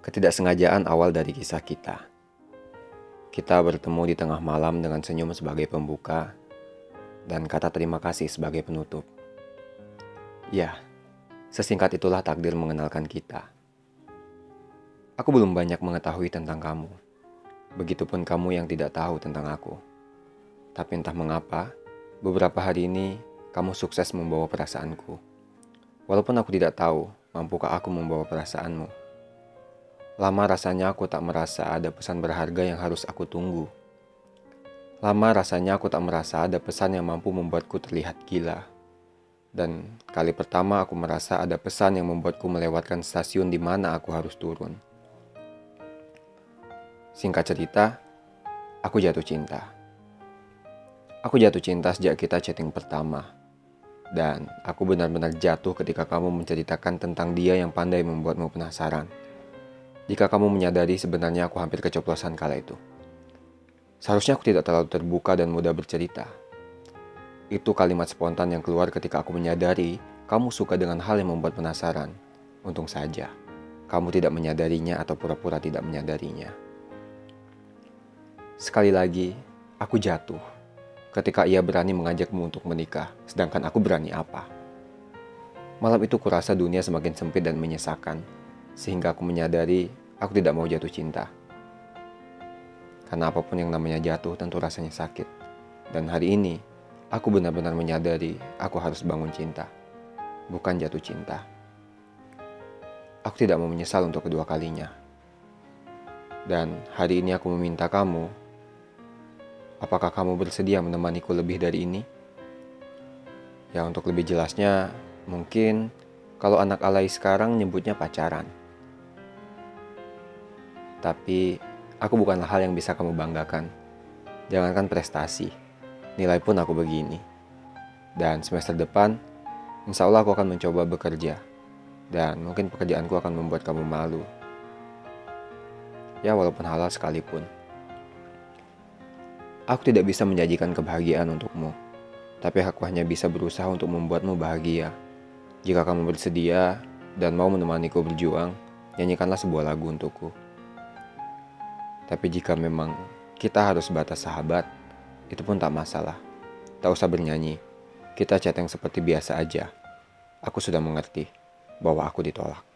Ketidaksengajaan awal dari kisah kita. Kita bertemu di tengah malam dengan senyum sebagai pembuka dan kata terima kasih sebagai penutup. Ya, sesingkat itulah takdir mengenalkan kita. Aku belum banyak mengetahui tentang kamu. Begitupun kamu yang tidak tahu tentang aku. Tapi entah mengapa, beberapa hari ini kamu sukses membawa perasaanku. Walaupun aku tidak tahu mampukah aku membawa perasaanmu. Lama rasanya aku tak merasa ada pesan berharga yang harus aku tunggu. Lama rasanya aku tak merasa ada pesan yang mampu membuatku terlihat gila. Dan kali pertama aku merasa ada pesan yang membuatku melewatkan stasiun di mana aku harus turun. Singkat cerita, aku jatuh cinta. Aku jatuh cinta sejak kita chatting pertama. Dan aku benar-benar jatuh ketika kamu menceritakan tentang dia yang pandai membuatmu penasaran. Jika kamu menyadari sebenarnya aku hampir keceplosan kala itu. Seharusnya aku tidak terlalu terbuka dan mudah bercerita. Itu kalimat spontan yang keluar ketika aku menyadari kamu suka dengan hal yang membuat penasaran. Untung saja, kamu tidak menyadarinya atau pura-pura tidak menyadarinya. Sekali lagi, aku jatuh ketika ia berani mengajakmu untuk menikah, sedangkan aku berani apa? Malam itu kurasa dunia semakin sempit dan menyesakan. Sehingga aku menyadari aku tidak mau jatuh cinta. Karena apapun yang namanya jatuh tentu rasanya sakit. Dan hari ini, aku benar-benar menyadari aku harus bangun cinta. Bukan jatuh cinta. Aku tidak mau menyesal untuk kedua kalinya. Dan hari ini aku meminta kamu, apakah kamu bersedia menemaniku lebih dari ini? Ya untuk lebih jelasnya, mungkin kalau anak alay sekarang nyebutnya pacaran. Tapi, aku bukanlah hal yang bisa kamu banggakan. Jangankan prestasi, nilai pun aku begini. Dan semester depan, insya Allah aku akan mencoba bekerja. Dan mungkin pekerjaanku akan membuat kamu malu. Ya walaupun halal sekalipun. Aku tidak bisa menjanjikan kebahagiaan untukmu. Tapi aku hanya bisa berusaha untuk membuatmu bahagia. Jika kamu bersedia dan mau menemaniku berjuang, nyanyikanlah sebuah lagu untukku. Tapi jika memang kita harus batas sahabat, itu pun tak masalah. Tak usah bernyanyi, kita chat yang seperti biasa aja. Aku sudah mengerti bahwa aku ditolak.